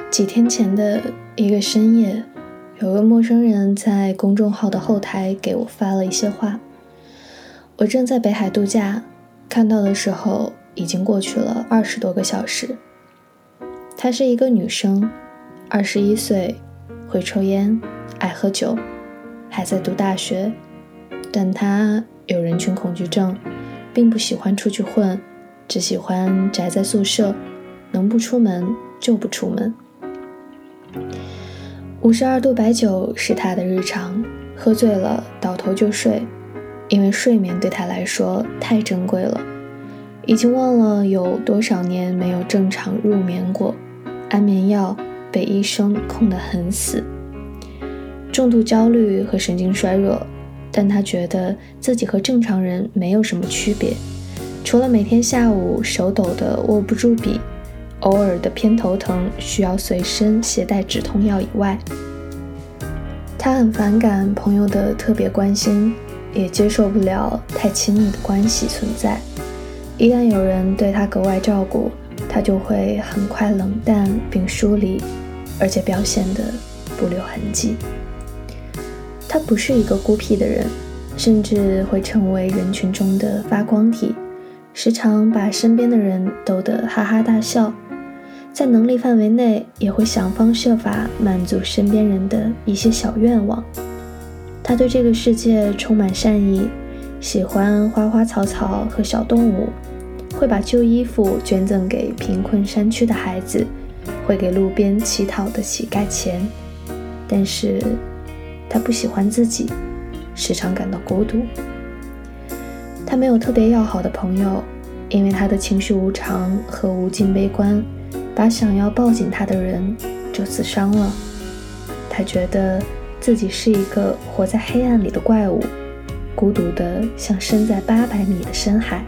几天前的一个深夜，有个陌生人在公众号的后台给我发了一些话。我正在北海度假，看到的时候已经过去了20多个小时。她是一个女生，21岁，会抽烟，爱喝酒，还在读大学，但她有人群恐惧症，并不喜欢出去混，只喜欢宅在宿舍，能不出门就不出门。52度白酒是他的日常，喝醉了倒头就睡，因为睡眠对他来说太珍贵了，已经忘了有多少年没有正常入眠过，安眠药被医生控得很死，重度焦虑和神经衰弱，但他觉得自己和正常人没有什么区别，除了每天下午手抖的握不住笔，偶尔的偏头疼需要随身携带止痛药以外。他很反感朋友的特别关心，也接受不了太亲密的关系存在。一旦有人对他格外照顾，他就会很快冷淡并疏离，而且表现得不留痕迹。他不是一个孤僻的人，甚至会成为人群中的发光体，时常把身边的人逗得哈哈大笑，在能力范围内也会想方设法满足身边人的一些小愿望。他对这个世界充满善意，喜欢花花草草和小动物，会把旧衣服捐赠给贫困山区的孩子，会给路边乞讨的乞丐钱。但是他不喜欢自己，时常感到孤独。他没有特别要好的朋友，因为他的情绪无常和无尽悲观，把想要抱紧他的人就刺伤了。他觉得自己是一个活在黑暗里的怪物，孤独的像身在800米的深海。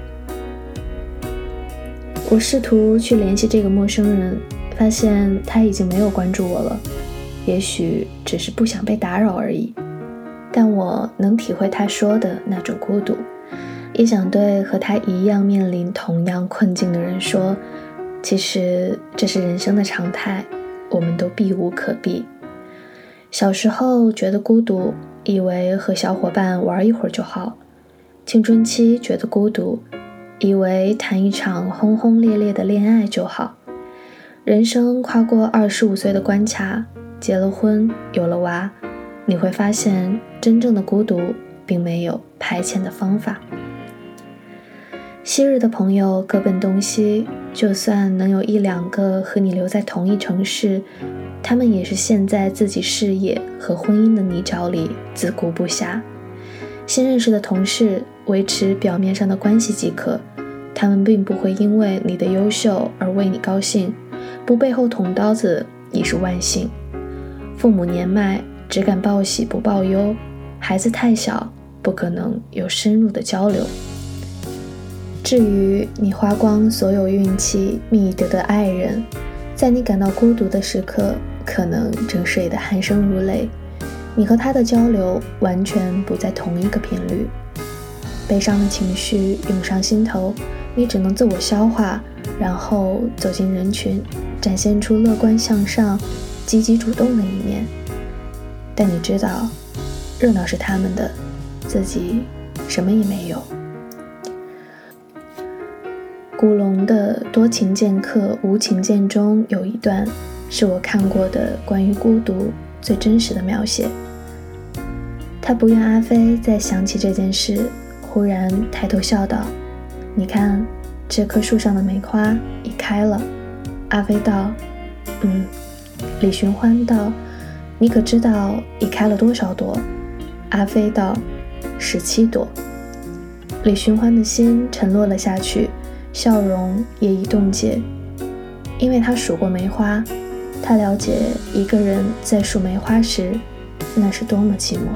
我试图去联系这个陌生人，发现他已经没有关注我了，也许只是不想被打扰而已。但我能体会他说的那种孤独，也想对和他一样面临同样困境的人说，其实这是人生的常态，我们都避无可避。小时候觉得孤独，以为和小伙伴玩一会儿就好；青春期觉得孤独，以为谈一场轰轰烈烈的恋爱就好。人生跨过25岁的关卡，结了婚，有了娃，你会发现真正的孤独并没有排遣的方法。昔日的朋友各奔东西，就算能有1-2个和你留在同一城市，他们也是陷在自己事业和婚姻的泥沼里自顾不暇。新认识的同事维持表面上的关系即可，他们并不会因为你的优秀而为你高兴，不背后捅刀子已是万幸。父母年迈，只敢报喜不报忧，孩子太小，不可能有深入的交流。至于你花光所有运气觅得的爱人，在你感到孤独的时刻，可能正睡得鼾声如雷，你和他的交流完全不在同一个频率。悲伤的情绪涌上心头，你只能自我消化，然后走进人群，展现出乐观向上、积极主动的一面。但你知道，热闹是他们的，自己什么也没有。古龙的《多情剑客无情剑》中有一段是我看过的关于孤独最真实的描写。他不愿阿飞再想起这件事，忽然抬头笑道：“你看，这棵树上的梅花已开了。”阿飞道：“李寻欢道：“你可知道已开了多少朵？”阿飞道：“17朵。”李寻欢的心沉落了下去，笑容也已冻结，因为他数过梅花，他了解一个人在数梅花时，那是多么寂寞。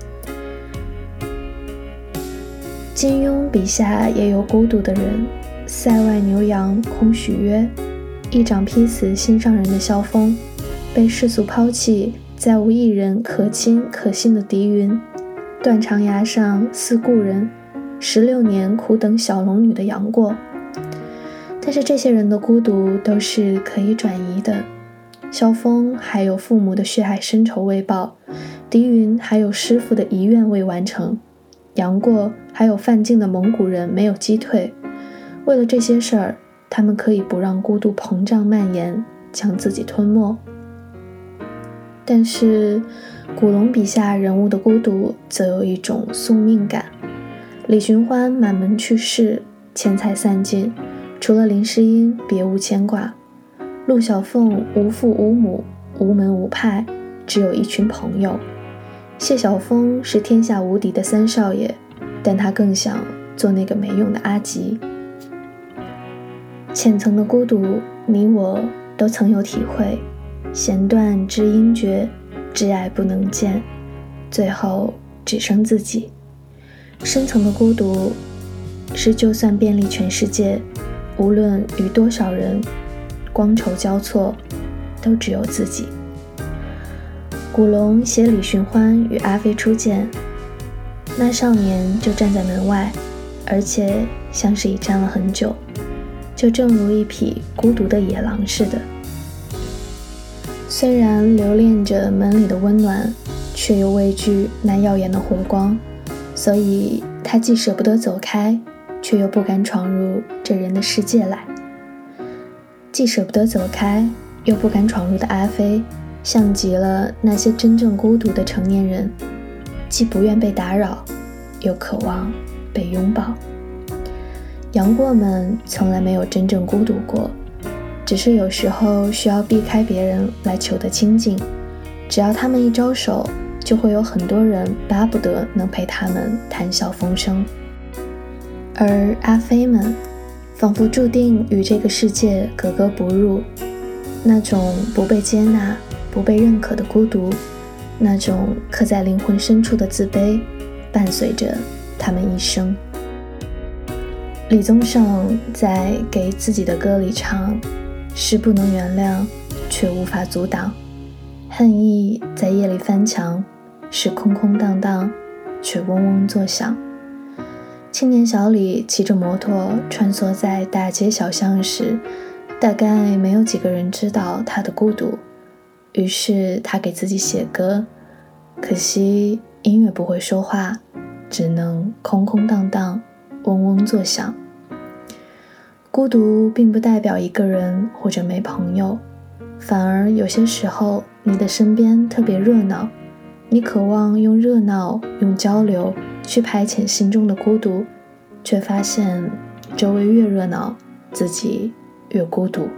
金庸笔下也有孤独的人，塞外牛羊空许约，一掌劈死心上人的萧峰，被世俗抛弃，再无一人可亲可信的狄云，断肠崖上思故人，16年苦等小龙女的杨过。但是这些人的孤独都是可以转移的， 萧峰还有父母的血海深仇未报，狄云还有师父的遗愿未完成，杨过还有犯境的蒙古人没有击退。为了这些事儿，他们可以不让孤独膨胀蔓延，将自己吞没。但是古龙笔下人物的孤独则有一种宿命感。李寻欢满门去世，钱财散尽，除了林诗音别无牵挂。陆小凤无父无母，无门无派，只有一群朋友。谢晓峰是天下无敌的三少爷，但他更想做那个没用的阿吉。浅层的孤独，你我都曾有体会，弦断知音绝，挚爱不能见，最后只剩自己。深层的孤独是就算遍历全世界，无论与多少人光筹交错，都只有自己。古龙写李寻欢与阿飞初见，那少年就站在门外，而且像是已站了很久，就正如一匹孤独的野狼似的。虽然留恋着门里的温暖，却又畏惧那耀眼的火光，所以他既舍不得走开，却又不敢闯入这人的世界来。既舍不得走开，又不敢闯入的阿飞，像极了那些真正孤独的成年人，既不愿被打扰，又渴望被拥抱。杨过们从来没有真正孤独过，只是有时候需要避开别人来求得亲近，只要他们一招手，就会有很多人巴不得能陪他们谈笑风生。而阿飞们仿佛注定与这个世界格格不入，那种不被接纳、不被认可的孤独，那种刻在灵魂深处的自卑，伴随着他们一生。李宗盛在给自己的歌里唱，是不能原谅，却无法阻挡，恨意在夜里翻墙，是空空荡荡，却嗡嗡作响。青年小李骑着摩托穿梭在大街小巷时，大概没有几个人知道他的孤独，于是他给自己写歌，可惜音乐不会说话，只能空空荡荡，嗡嗡作响。孤独并不代表一个人或者没朋友，反而有些时候你的身边特别热闹，你渴望用热闹、用交流去排遣心中的孤独，却发现周围越热闹，自己越孤独。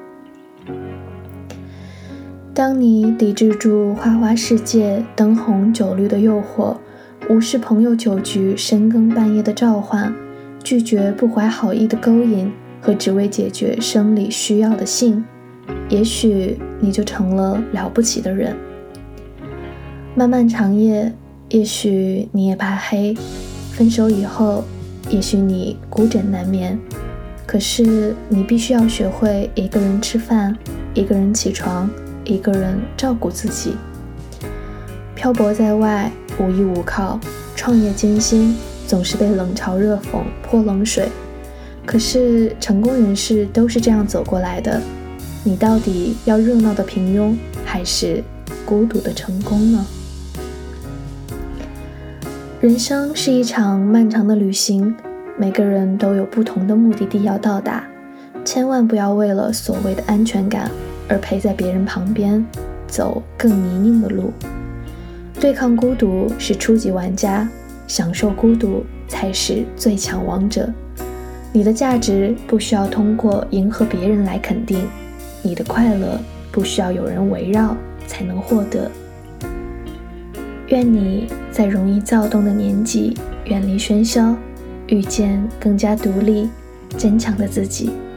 当你抵制住花花世界、灯红酒绿的诱惑，无视朋友酒局深更半夜的召唤，拒绝不怀好意的勾引和只为解决生理需要的性，也许你就成了了不起的人。漫漫长夜，也许你也怕黑，分手以后，也许你孤枕难眠，可是你必须要学会一个人吃饭，一个人起床，一个人照顾自己。漂泊在外，无依无靠，创业艰辛，总是被冷嘲热讽，泼冷水。可是成功人士都是这样走过来的，你到底要热闹的平庸，还是孤独的成功呢？人生是一场漫长的旅行，每个人都有不同的目的地要到达，千万不要为了所谓的安全感而陪在别人旁边，走更泥泞的路。对抗孤独是初级玩家，享受孤独才是最强王者。你的价值不需要通过迎合别人来肯定，你的快乐不需要有人围绕才能获得。愿你在容易躁动的年纪远离喧嚣，遇见更加独立、坚强的自己。